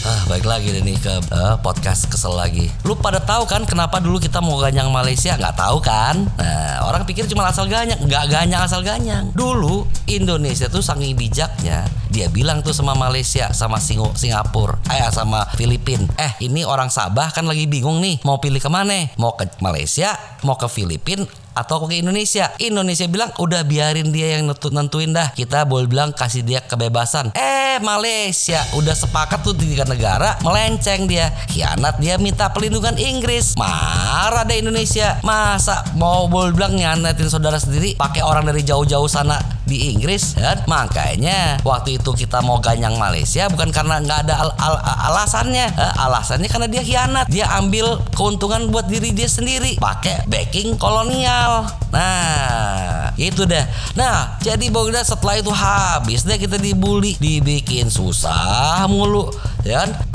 Baik lagi nih ke podcast kesel lagi. Lu pada tahu kan kenapa dulu kita mau ganyang Malaysia? Nggak tahu kan? Nah, orang pikir cuma asal ganyang. Nggak ganyang asal ganyang. Dulu Indonesia tuh saking bijaknya, dia bilang tuh sama Malaysia, sama Singapura, sama Filipina. Ini orang Sabah kan lagi bingung nih, mau pilih kemana? Mau ke Malaysia, mau ke Filipina, atau ke Indonesia. Indonesia bilang udah biarin dia yang nentuin dah. Kita boleh bilang kasih dia kebebasan. Malaysia udah sepakat tuh 3 negara, melenceng dia, khianat, dia minta pelindungan Inggris. Marah deh Indonesia. Masa mau boleh bilang nyanyatin saudara sendiri pakai orang dari jauh-jauh sana di Inggris kan? Makanya waktu itu kita mau ganyang Malaysia bukan karena nggak ada alasannya. Alasannya karena dia khianat. Dia ambil keuntungan buat diri dia sendiri pakai backing kolonial. Nah, itu dah. Nah, jadi Bogda setelah itu habis deh kita dibully, dibikin susah mulu, ya kan?